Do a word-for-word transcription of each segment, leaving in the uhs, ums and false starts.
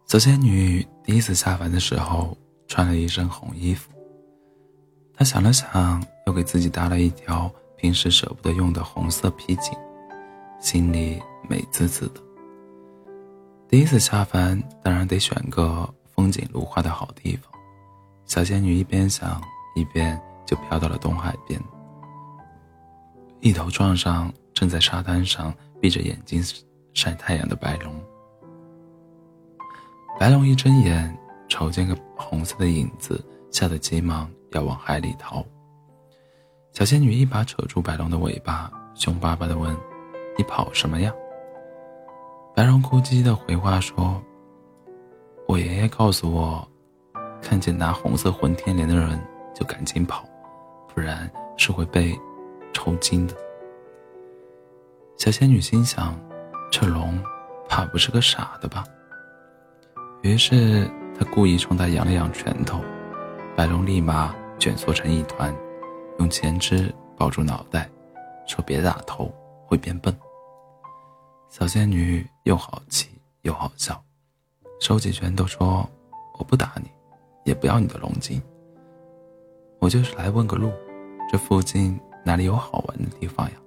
小仙女第一次下凡的时候穿了一身红衣服，她想了想，又给自己搭了一条平时舍不得用的红色披巾，心里美滋滋的。第一次下凡当然得选个风景如画的好地方，小仙女一边想一边就飘到了东海边，一头撞上正在沙滩上闭着眼睛晒太阳的白龙。白龙一睁眼瞅见个红色的影子，吓得急忙要往海里逃。小仙女一把扯住白龙的尾巴，凶巴巴地问：你跑什么呀？白龙哭唧地回话说：我爷爷告诉我，看见拿红色混天莲的人就赶紧跑，不然是会被抽筋的。小仙女心想，这龙怕不是个傻的吧？于是她故意冲他扬了扬拳头，白龙立马卷缩成一团，用前肢抱住脑袋，说别打头，会变笨。小仙女又好气又好笑，收起拳头说：我不打你，也不要你的龙筋，我就是来问个路，这附近哪里有好玩的地方呀？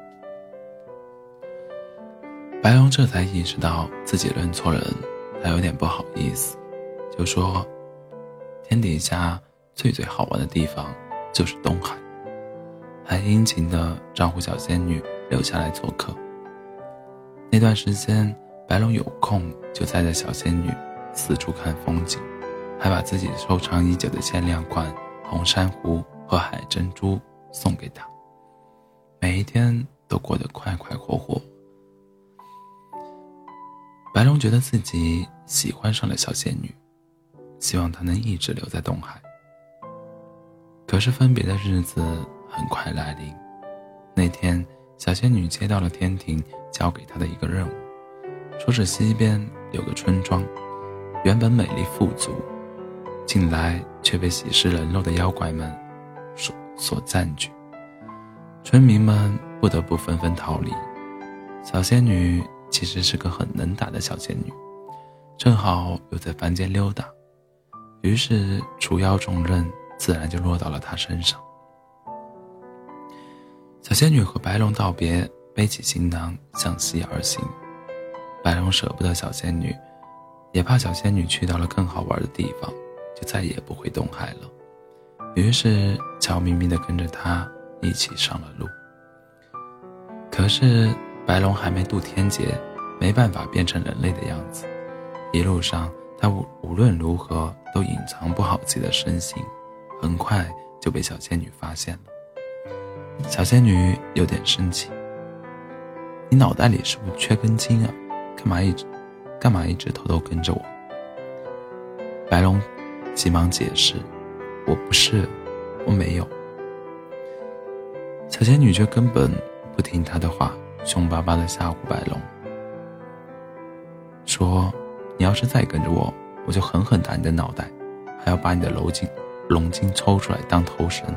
白龙这才意识到自己认错人，他有点不好意思，就说：天底下最最好玩的地方就是东海，还殷勤地招呼小仙女留下来做客。那段时间白龙有空就带着小仙女四处看风景，还把自己收藏已久的限量款红珊瑚和海珍珠送给她，每一天都过得快快活活。白龙觉得自己喜欢上了小仙女，希望她能一直留在东海。可是分别的日子很快来临，那天小仙女接到了天庭交给她的一个任务，说是西边有个村庄，原本美丽富足，近来却被喜食人肉的妖怪们所所占据，村民们不得不纷纷逃离。小仙女其实是个很能打的小仙女，正好又在凡间溜达，于是除妖重任自然就落到了她身上。小仙女和白龙道别，背起行囊向西而行。白龙舍不得小仙女，也怕小仙女去到了更好玩的地方，就再也不回东海了，于是悄咪咪地跟着她一起上了路。可是白龙还没渡天劫，没办法变成人类的样子，一路上他无无论如何都隐藏不好自己的身形，很快就被小仙女发现了。小仙女有点生气：你脑袋里是不是缺根筋啊？干嘛一直干嘛一直偷偷跟着我？白龙急忙解释：我不是，我没有。小仙女却根本不听他的话，凶巴巴地吓唬白龙，说：你要是再跟着我，我就狠狠打你的脑袋，还要把你的龙筋龙筋抽出来当头绳。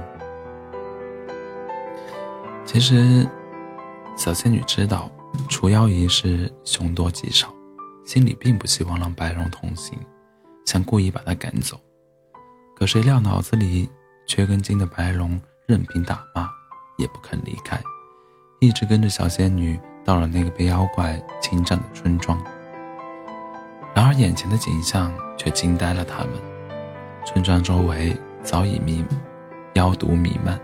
其实小仙女知道除妖仪式凶多吉少，心里并不希望让白龙同行，想故意把他赶走。可谁料脑子里缺根筋的白龙任凭打骂也不肯离开，一直跟着小仙女到了那个被妖怪侵占的村庄。然而眼前的景象却惊呆了他们，村庄周围早已弥妖毒弥漫，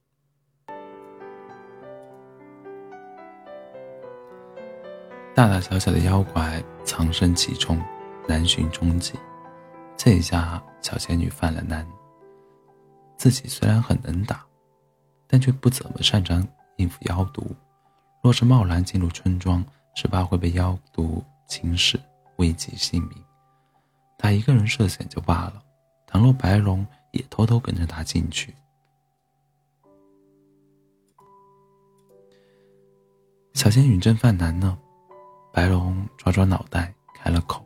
大大小小的妖怪藏身其中，难寻踪迹。这一下小仙女犯了难，自己虽然很能打，但却不怎么擅长应付妖毒，若是贸然进入村庄，只怕会被妖毒侵蚀，危及性命。他一个人涉险就罢了，倘若白龙也偷偷跟着他进去，小仙女正犯难呢。白龙抓抓脑袋开了口：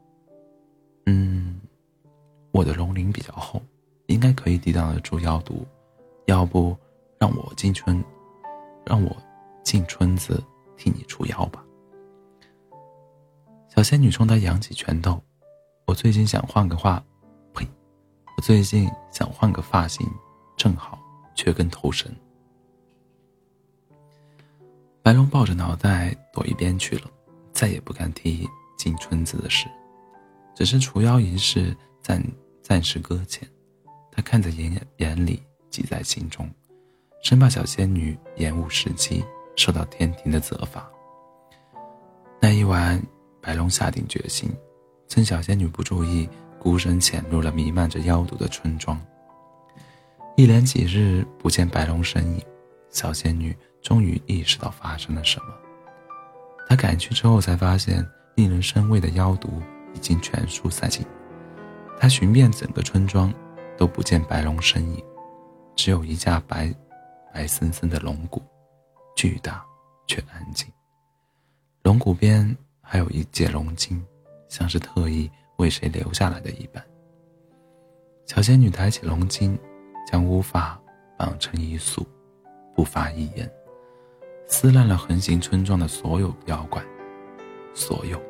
嗯，我的龙鳞比较厚，应该可以抵挡得住妖毒，要不让我进村让我进村子替你除妖吧。小仙女冲他扬起拳头， 我最近想换个发，呸，我最近想换个发型，正好缺根头绳。”白龙抱着脑袋躲一边去了，再也不敢提进村子的事，只是除妖仪式暂暂时搁浅。他看在眼眼里，记在心中，生怕小仙女延误时机，受到天庭的责罚。那一晚，白龙下定决心，趁小仙女不注意，孤身潜入了弥漫着妖毒的村庄。一连几日不见白龙身影，小仙女终于意识到发生了什么。她赶去之后才发现，令人生畏的妖毒已经全数散尽。她寻遍整个村庄，都不见白龙身影，只有一架白白森森的龙骨，巨大却安静。龙骨边还有一截龙筋，像是特意为谁留下来的一般。小仙女抬起龙筋，将乌发绑成一束，不发一言，撕烂了横行村庄的所有妖怪，所有。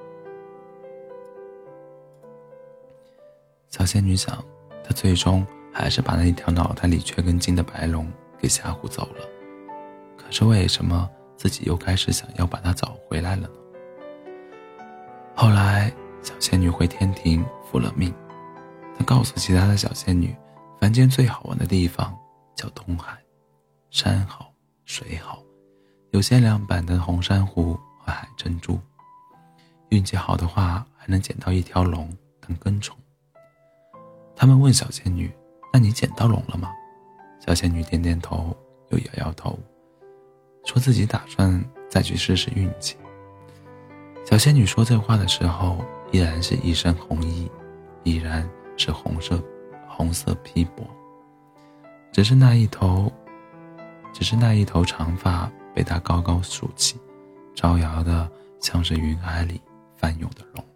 小仙女想，她最终还是把那一条脑袋里缺根筋的白龙给吓唬走了。可是为什么自己又开始想要把它找回来了呢？后来小仙女回天庭复了命，她告诉其他的小仙女，凡间最好玩的地方叫东海，山好水好，有限量版的红珊瑚和海珍珠，运气好的话还能捡到一条龙当跟宠。他们问小仙女，那你捡到龙了吗？小仙女点点头又摇摇头，说自己打算再去试试运气。小仙女说这话的时候，依然是一身红衣，依然是红色红色披帛，只是那一头只是那一头长发被她高高竖起，招摇的像是云海里翻涌的龙。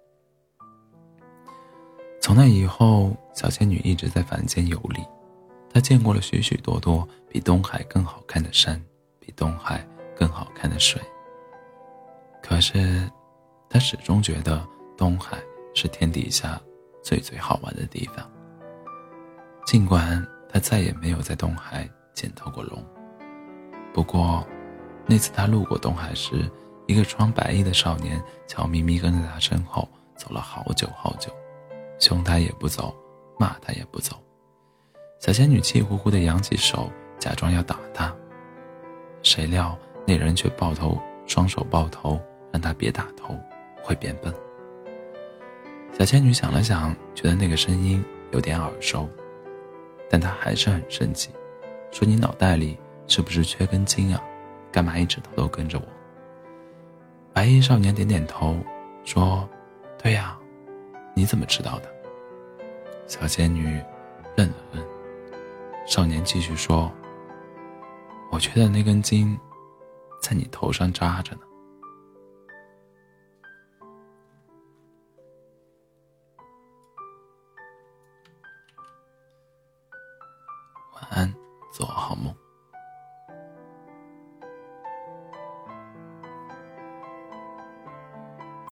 从那以后，小仙女一直在凡间游历，她见过了许许多多比东海更好看的山，比东海更好看的水。可是她始终觉得东海是天底下最最好玩的地方。尽管她再也没有在东海见到过龙，不过那次她路过东海时，一个穿白衣的少年悄咪咪跟在她身后走了好久好久，凶她也不走，骂她也不走。小仙女气呼呼地扬起手，假装要打他，谁料那人却抱头，双手抱头，让她别打头，会变笨。小仙女想了想，觉得那个声音有点耳熟，但她还是很生气，说：“你脑袋里是不是缺根筋啊？干嘛一直偷偷跟着我？”白衣少年点点头，说：“对呀，你怎么知道的？”小仙女愣了愣，少年继续说：“我觉得那根筋在你头上扎着呢。”